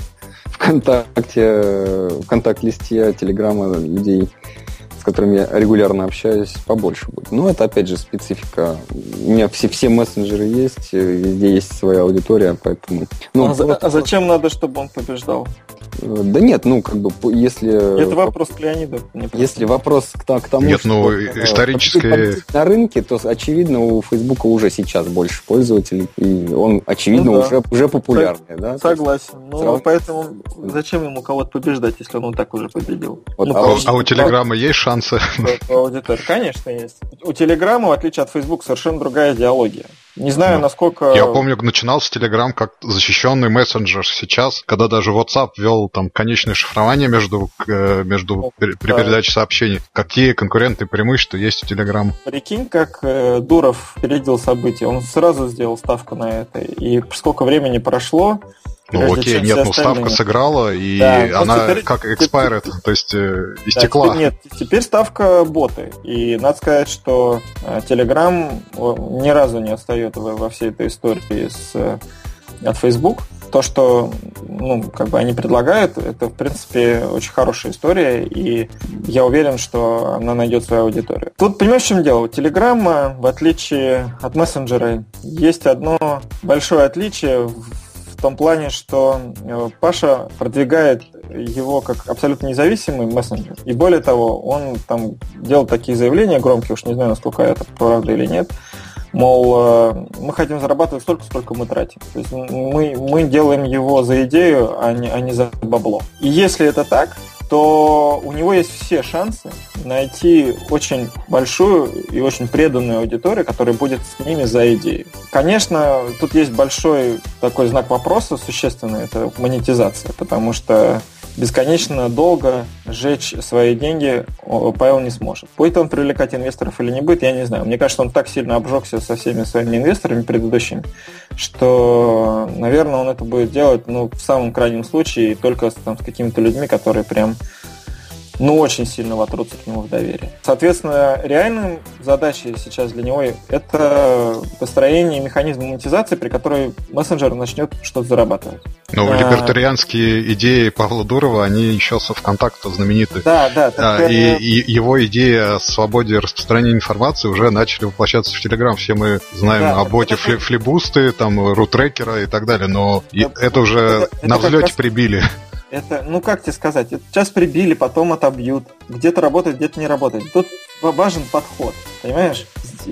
B: ВКонтакте, в контакт-листе Телеграма людей, с которыми я регулярно общаюсь, побольше будет. Но это, опять же, специфика. У меня все, все мессенджеры есть, везде есть своя аудитория, поэтому... Ну,
C: а, за, а зачем надо, чтобы он побеждал?
B: Да нет, ну, как бы, если...
C: Это вопрос к Леониду.
B: Если вопрос к, к тому,
A: нет,
B: что...
A: ну, исторически...
B: На рынке, то, очевидно, у Фейсбука уже сейчас больше пользователей, и он, очевидно, ну, да. уже, уже популярный, да?
C: Согласен. Ну, сразу... поэтому зачем ему кого-то побеждать, если он так уже победил?
A: Вот,
C: ну,
A: а, а у Телеграма есть шансы?
C: Аудитория, конечно, есть. У Телеграма, в отличие от Фейсбука, совершенно другая идеология. Не знаю, ну, насколько...
A: Я помню, начинался Telegram как защищенный мессенджер. Сейчас, когда даже WhatsApp ввел там конечное шифрование между, между при да. передаче сообщений, какие конкурентные преимущества есть у Telegram?
C: Прикинь, как э, Дуров опередил события. Он сразу сделал ставку на это. И сколько времени прошло...
A: Ну окей, нет, ну ставка сыграла, и да, она теперь, как expired, то есть э, истекла.
C: Да, теперь, нет, теперь ставка боты. И надо сказать, что Telegram ни разу не отстает во, во всей этой истории с, от Facebook. То, что ну, как бы они предлагают, это, в принципе, очень хорошая история, и я уверен, что она найдет свою аудиторию. Тут, понимаешь, в чем дело? У Telegram, в отличие от мессенджера, есть одно большое отличие в том плане, что Паша продвигает его как абсолютно независимый мессенджер. И более того, он там делал такие заявления громкие, уж не знаю, насколько это правда или нет, мол, мы хотим зарабатывать столько, сколько мы тратим. То есть мы, мы делаем его за идею, а не, а не за бабло. И если это так, то у него есть все шансы найти очень большую и очень преданную аудиторию, которая будет с ними за идею. Конечно, тут есть большой такой знак вопроса, существенный, это монетизация, потому что бесконечно долго сжечь свои деньги Павел не сможет. Будет он привлекать инвесторов или не будет, я не знаю. Мне кажется, он так сильно обжегся со всеми своими инвесторами предыдущими, что, наверное, он это будет делать, ну, в самом крайнем случае, только там, с какими-то людьми, которые прям ну, очень сильно вотрутся к нему в доверие. Соответственно, реальной задачей сейчас для него это построение механизма монетизации, при которой мессенджер начнет что-то зарабатывать.
A: Ну, а... либертарианские идеи Павла Дурова, они еще со ВКонтакта знамениты.
C: Да, да. Так...
A: А, и, и его идея о свободе распространения информации уже начали воплощаться в Телеграм. Все мы знаем да, о боте это... флибусты, там, рутрекера и так далее, но это, это уже это, на это взлете раз... прибили.
C: Это, ну как тебе сказать, сейчас прибили, потом отобьют. Где-то работает, где-то не работает. Тут важен подход, понимаешь?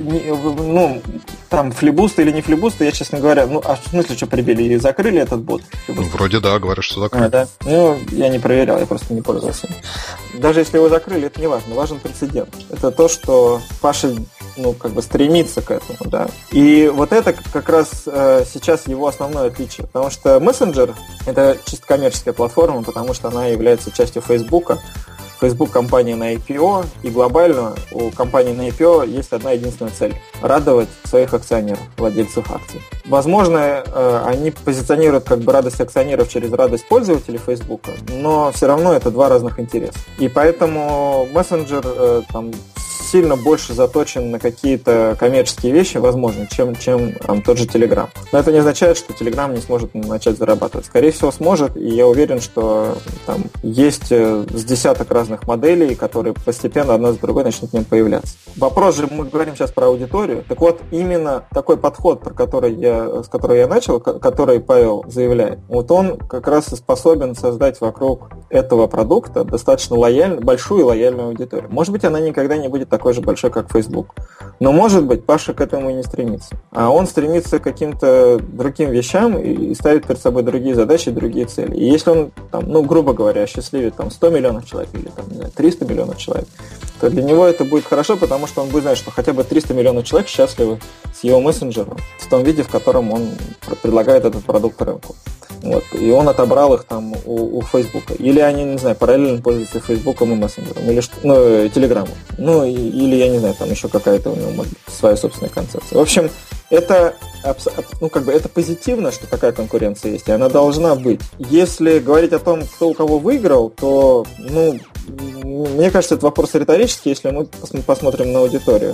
C: Ну, там флибусты или не флибусты, я, честно говоря, ну, а в смысле, что прибили? И закрыли этот бот?
A: Ну, вроде да, говорят, что закрыли.
C: А, да? Ну, я не проверял, я просто не пользовался. Даже если его закрыли, это не важно. Важен прецедент. Это то, что Паша, ну, как бы стремится к этому, да. И вот это как раз э, сейчас его основное отличие. Потому что мессенджер — это чисто коммерческая платформа, потому что она является частью Фейсбука. Facebook компания на ай пи о, и глобально у компании на ай пи о есть одна единственная цель – радовать своих акционеров, владельцев акций. Возможно, они позиционируют как бы радость акционеров через радость пользователей Facebook, но все равно это два разных интереса. И поэтому мессенджер там сильно больше заточен на какие-то коммерческие вещи, возможно, чем, чем там, тот же Telegram. Но это не означает, что Telegram не сможет начать зарабатывать. Скорее всего, сможет, и я уверен, что там есть с десяток разных моделей, которые постепенно одна за другой начнут в нем появляться. Вопрос же, мы говорим сейчас про аудиторию. Так вот, именно такой подход, про который я, с которого я начал, который Павел заявляет, вот он как раз и способен создать вокруг этого продукта достаточно лояльную, большую и лояльную аудиторию. Может быть, она никогда не будет такой же большой, как Facebook. Но, может быть, Паша к этому и не стремится. А он стремится к каким-то другим вещам и ставит перед собой другие задачи, другие цели. И если он, там, ну, грубо говоря, счастливит там, сто миллионов человек или там, не знаю, триста миллионов человек, то для него это будет хорошо, потому что он будет знать, что хотя бы триста миллионов человек счастливы с его мессенджером в том виде, в котором он предлагает этот продукт рынку. Вот. И он отобрал их там у, у Фейсбука. Или они, не знаю, параллельно пользуются Фейсбуком и мессенджером, или ну, Телеграмом. Ну, и, или, я не знаю, там еще какая-то у него может быть своя собственная концепция. В общем, это, ну, как бы, это позитивно, что такая конкуренция есть, и она должна быть. Если говорить о том, кто у кого выиграл, то, ну, мне кажется, это вопрос риторический, если мы посмотрим на аудиторию.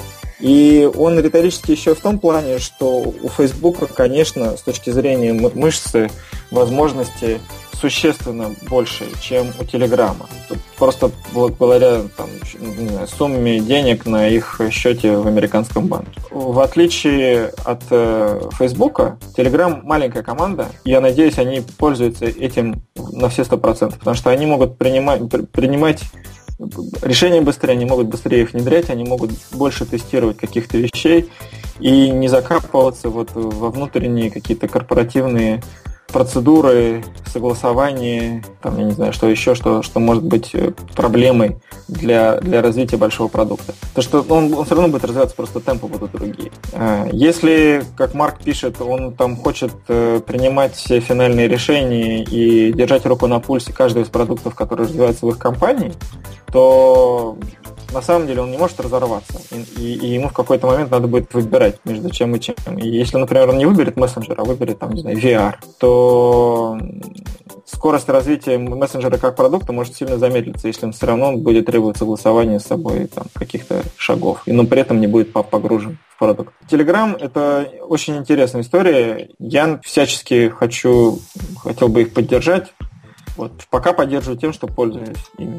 C: И он риторический еще в том плане, что у Фейсбука, конечно, с точки зрения мышцы, возможности существенно больше, чем у Телеграма. Просто благодаря там, не знаю, сумме денег на их счете в американском банке. В отличие от э, Фейсбука, Телеграм маленькая команда, и я надеюсь, они пользуются этим на все сто процентов, потому что они могут принимать, принимать решения быстрее, они могут быстрее их внедрять, они могут больше тестировать каких-то вещей и не закапываться вот во внутренние какие-то корпоративные процедуры, согласования, там, я не знаю, что еще, что, что может быть проблемой для, для развития большого продукта. То, что он, он все равно будет развиваться, просто темпы будут другие. Если, как Марк пишет, он там хочет принимать все финальные решения и держать руку на пульсе каждого из продуктов, которые развиваются в их компании, то на самом деле он не может разорваться, и, и, и ему в какой-то момент надо будет выбирать между чем и чем. И если, например, он не выберет мессенджер, а выберет, там, не знаю, ви ар, то скорость развития мессенджера как продукта может сильно замедлиться, если он все равно будет требовать согласования с собой там, каких-то шагов, и, но при этом не будет погружен в продукт. Telegram — это очень интересная история. Я всячески хочу, хотел бы их поддержать. Вот, пока поддерживаю тем, что пользуюсь ими.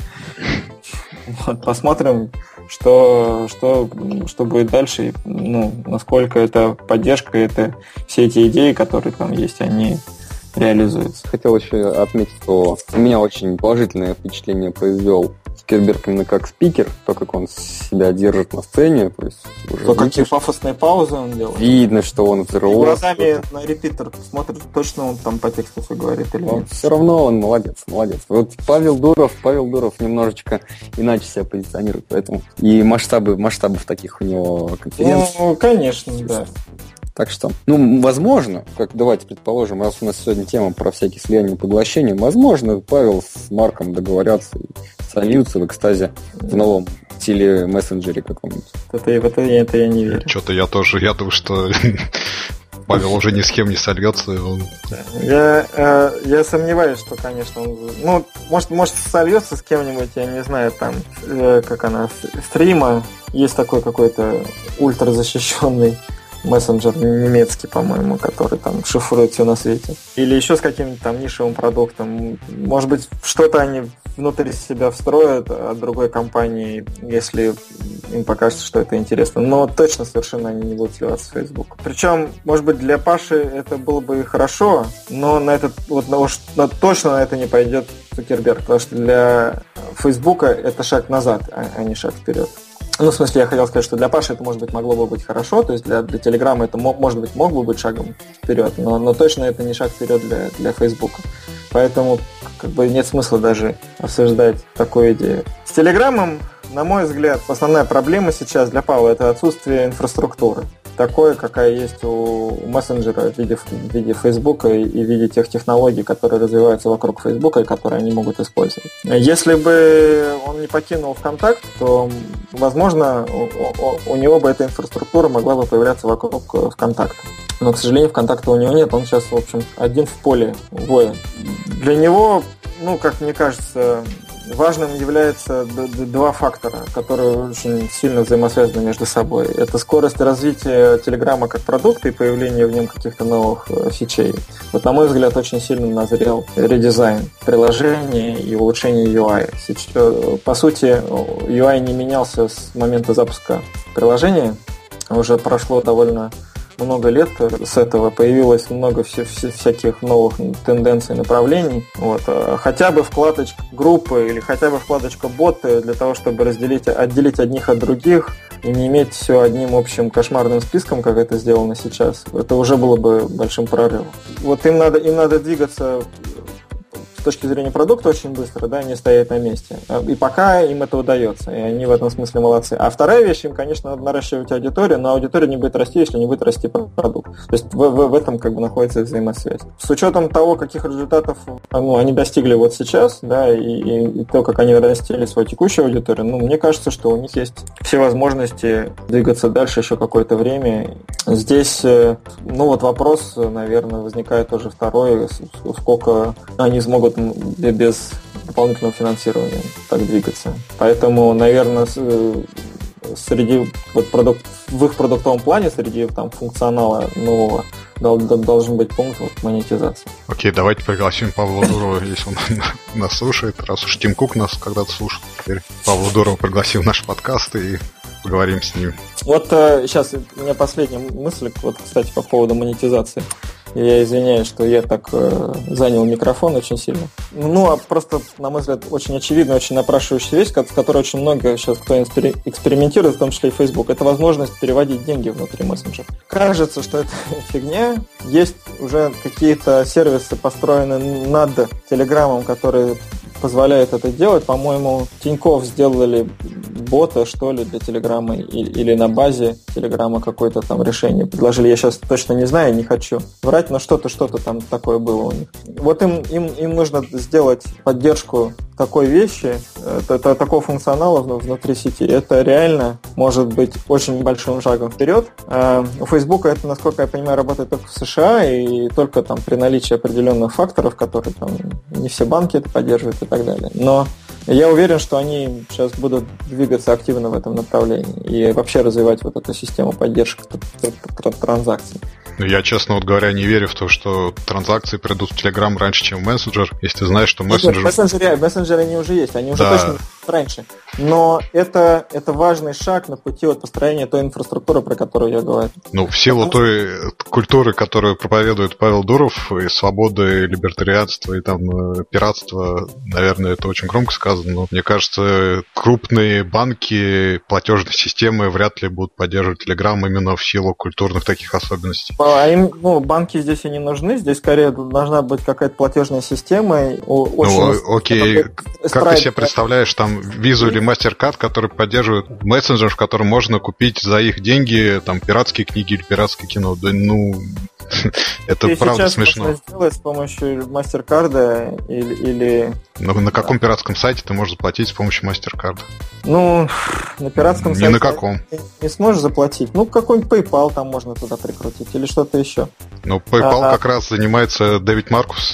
C: Вот, посмотрим, что, что, что будет дальше, ну, насколько эта поддержка, это все эти идеи, которые там есть, они реализуются.
B: Хотел еще отметить, что у меня очень положительное впечатление произвел Цукерберг именно как спикер, то, как он себя держит на сцене. То, есть уже
C: то какие пафосные паузы он делает.
B: Видно, что он взорвал.
C: И глазами на репитер смотрит, точно он там по тексту все говорит или
B: но
C: нет.
B: Все равно он молодец, молодец. Вот Павел Дуров, Павел Дуров немножечко иначе себя позиционирует, поэтому и масштабы, масштабов таких у него конференций.
C: Ну, конечно, да.
B: Так что, ну, возможно, как давайте предположим, раз у нас сегодня тема про всякие слияния и поглощения, возможно, Павел с Марком договорятся и сольются в экстазе в новом телемессенджере каком-нибудь.
C: Это, это, это я не верю.
A: Что-то я тоже, я думаю, что Павел уже ни с кем не сольется. Он...
C: Я, э, я сомневаюсь, что, конечно, он... Ну, может, может сольется с кем-нибудь, я не знаю, там, э, как она, стрима. Есть такой какой-то ультразащищенный мессенджер немецкий, по-моему, который там шифрует все на свете. Или еще с каким-нибудь там нишевым продуктом. Может быть, что-то они внутри себя встроят от другой компании, если им покажется, что это интересно. Но точно совершенно они не будут сливаться с Facebook. Причем, может быть, для Паши это было бы хорошо, но на этот, вот, на, уж, на, точно на это не пойдет Цукерберг, потому что для Facebook это шаг назад, а, а не шаг вперед. Ну, в смысле, я хотел сказать, что для Паши это, может быть, могло бы быть хорошо, то есть для, для Телеграма это, может быть, мог бы быть шагом вперед, но, но точно это не шаг вперед для, для Фейсбука. Поэтому, как бы, нет смысла даже обсуждать такую идею. С Телеграмом, на мой взгляд, основная проблема сейчас для Павла – это отсутствие инфраструктуры. Такое, какая есть у мессенджера в виде, в виде Фейсбука и в виде тех технологий, которые развиваются вокруг Фейсбука и которые они могут использовать. Если бы он не покинул ВКонтакт, то, возможно, у, у него бы эта инфраструктура могла бы появляться вокруг ВКонтакта. Но, к сожалению, ВКонтакта у него нет, он сейчас, в общем, один в поле воя. Для него, ну, как мне кажется, важным является два фактора, которые очень сильно взаимосвязаны между собой. Это скорость развития Телеграма как продукта и появление в нем каких-то новых фичей. Вот, на мой взгляд, очень сильно назрел редизайн приложения и улучшение ю ай. Сейчас, по сути, ю ай не менялся с момента запуска приложения. Уже прошло довольно много лет с этого, появилось много вся, вся, всяких новых тенденций, направлений. Вот. Хотя бы вкладочка группы или хотя бы вкладочка боты для того, чтобы разделить, отделить одних от других и не иметь все одним общим кошмарным списком, как это сделано сейчас, это уже было бы большим прорывом. Вот им надо, им надо двигаться с точки зрения продукта очень быстро, да, не стоять на месте. И пока им это удается, и они в этом смысле молодцы. А вторая вещь, им, конечно, надо наращивать аудиторию, но аудитория не будет расти, если не будет расти продукт. То есть в, в, в этом как бы находится взаимосвязь. С учетом того, каких результатов ну, они достигли вот сейчас, да, и, и, и то, как они растили свою текущую аудиторию, ну, мне кажется, что у них есть все возможности двигаться дальше еще какое-то время. Здесь, ну вот вопрос, наверное, возникает тоже второй, сколько они смогут без дополнительного финансирования так двигаться. Поэтому, наверное, среди вот продукт, в их продуктовом плане, среди там функционала нового должен быть пункт вот, монетизации.
A: Окей, давайте пригласим Павла Дурова, если он нас слушает. Раз уж Тим Кук нас когда-то слушал, теперь Павла Дурова пригласим в наш подкаст и поговорим с ним.
C: Вот сейчас у меня последняя мысль, вот, кстати, по поводу монетизации. Я извиняюсь, что я так э, занял микрофон очень сильно. Ну, а просто, на мой взгляд, очень очевидная, очень напрашивающая вещь, с которой очень много сейчас кто экспериментирует, в том числе и Facebook, это возможность переводить деньги внутри мессенджера. Кажется, что это фигня. Есть уже какие-то сервисы, построенные над Телеграмом, которые позволяют это делать. По-моему, Тинькофф сделали бота, что ли, для Телеграма или на базе Телеграма какое-то там решение предложили. Я сейчас точно не знаю, не хочу врать, но что-то, что-то там такое было у них. Вот им, им, им нужно сделать поддержку такой вещи, это, такого функционала внутри сети. Это реально может быть очень большим шагом вперед. У Facebook это, насколько я понимаю, работает только в США и только там при наличии определенных факторов, которые там не все банки это поддерживают и так далее. Но я уверен, что они сейчас будут двигаться активно в этом направлении и вообще развивать вот эту систему поддержки транзакций.
A: Я, честно вот говоря, не верю в то, что транзакции придут в Telegram раньше, чем в мессенджер, если ты знаешь, что мессенджер...
C: Мессенджеры, мессенджеры они уже есть, они уже да. точно раньше. Но это, это важный шаг на пути от построения той инфраструктуры, про которую я говорю.
A: Ну, в силу Потому... той культуры, которую проповедует Павел Дуров, и свободы, и либертарианства, и там пиратства, наверное, это очень громко сказано, но мне кажется, крупные банки, платежные системы вряд ли будут поддерживать Telegram именно в силу культурных таких особенностей.
C: А им, ну, банки здесь и не нужны, здесь скорее должна быть какая-то платежная система. Очень
A: ну, окей, как ты себе представляешь, там Visa или MasterCard, которые поддерживают мессенджер, в котором можно купить за их деньги там пиратские книги или пиратское кино? Да, ну, это правда смешно.
C: Можно сделать с помощью MasterCard или... или...
A: Но на каком пиратском сайте ты можешь заплатить с помощью MasterCard?
C: Ну, на пиратском
A: Ни
C: сайте...
A: Ни на каком.
C: Не, не сможешь заплатить. Ну, какой-нибудь PayPal там можно туда прикрутить или что-то еще.
A: Ну, PayPal
C: а,
A: как раз занимается Дэвид Маркус,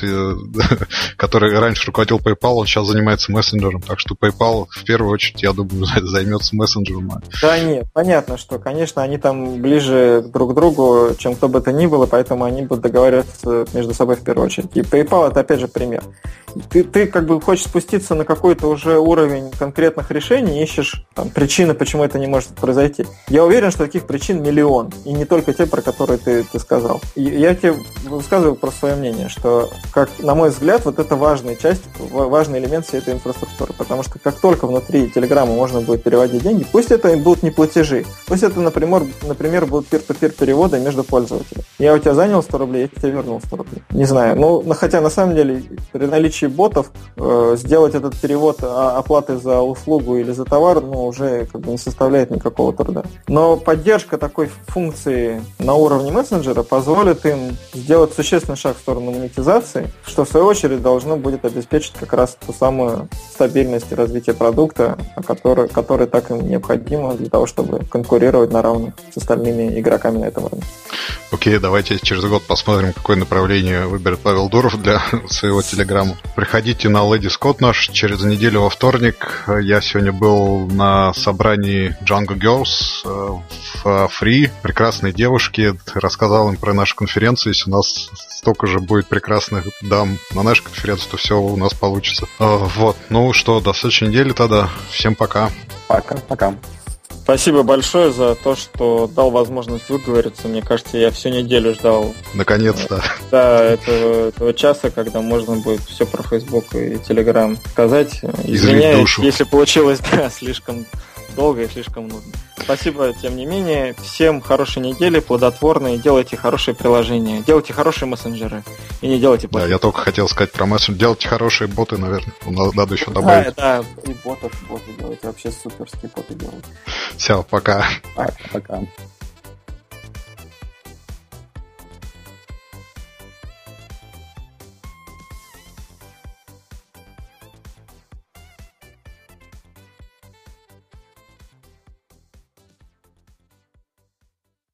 A: который раньше руководил PayPal, он сейчас занимается мессенджером, так что PayPal в первую очередь, я думаю, займется мессенджером.
C: Да нет, понятно, что, конечно, они там ближе друг к другу, чем кто бы то ни было, поэтому они будут договариваться между собой в первую очередь. И PayPal — это, опять же, пример. Ты, ты как бы хочешь спуститься на какой-то уже уровень конкретных решений, ищешь там, причины, почему это не может произойти. Я уверен, что таких причин миллион, и не только те, про которые ты, ты сказал. И я тебе высказываю про свое мнение, что, как, на мой взгляд, вот это важная часть, важный элемент всей этой инфраструктуры, потому что как только внутри Телеграма можно будет переводить деньги, пусть это будут не платежи, пусть это, например, например будут peer-to-peer переводы между пользователями. Я у тебя занял сто рублей, я тебе вернул сто рублей. Не знаю, ну, хотя на самом деле при наличии ботов э, сделать этот перевод оплаты за услугу или за товар, ну, уже как бы не составляет никакого труда. Но поддержка такой функции на уровне мессенджера позволит им сделать существенный шаг в сторону монетизации, что в свою очередь должно будет обеспечить как раз ту самую стабильность и развитие продукта, которая, которая так им необходима для того, чтобы конкурировать на равных с остальными игроками на этом рынке.
A: Окей, давайте через год посмотрим, какое направление выберет Павел Дуров для своего телеграмма. Приходите на Ladies Code наш через неделю во вторник. Я сегодня был на собрании Django Girls в Free. Прекрасные девушки. Рассказал им про нашу конференцию. Если у нас столько же будет прекрасных дам на нашей конференции, то все у нас получится. Вот. Ну что, до следующей недели тогда. Всем пока.
B: Пока-пока.
C: Спасибо большое за то, что дал возможность выговориться. Мне кажется, я всю неделю ждал.
A: Наконец-то.
C: Да, этого, этого часа, когда можно будет все про Facebook и Telegram сказать. Извиняюсь, если получилось да, слишком долго и слишком нудно. Спасибо, тем не менее. Всем хорошей недели, плодотворной. Делайте хорошие приложения, делайте хорошие мессенджеры и не делайте плохие.
A: Да, я только хотел сказать про мессенджеры. Делайте хорошие боты, наверное. Надо еще добавить.
C: Да, да, и ботов, боты делайте. Вообще суперские боты делайте.
A: Все, пока.
B: Пока. Пока.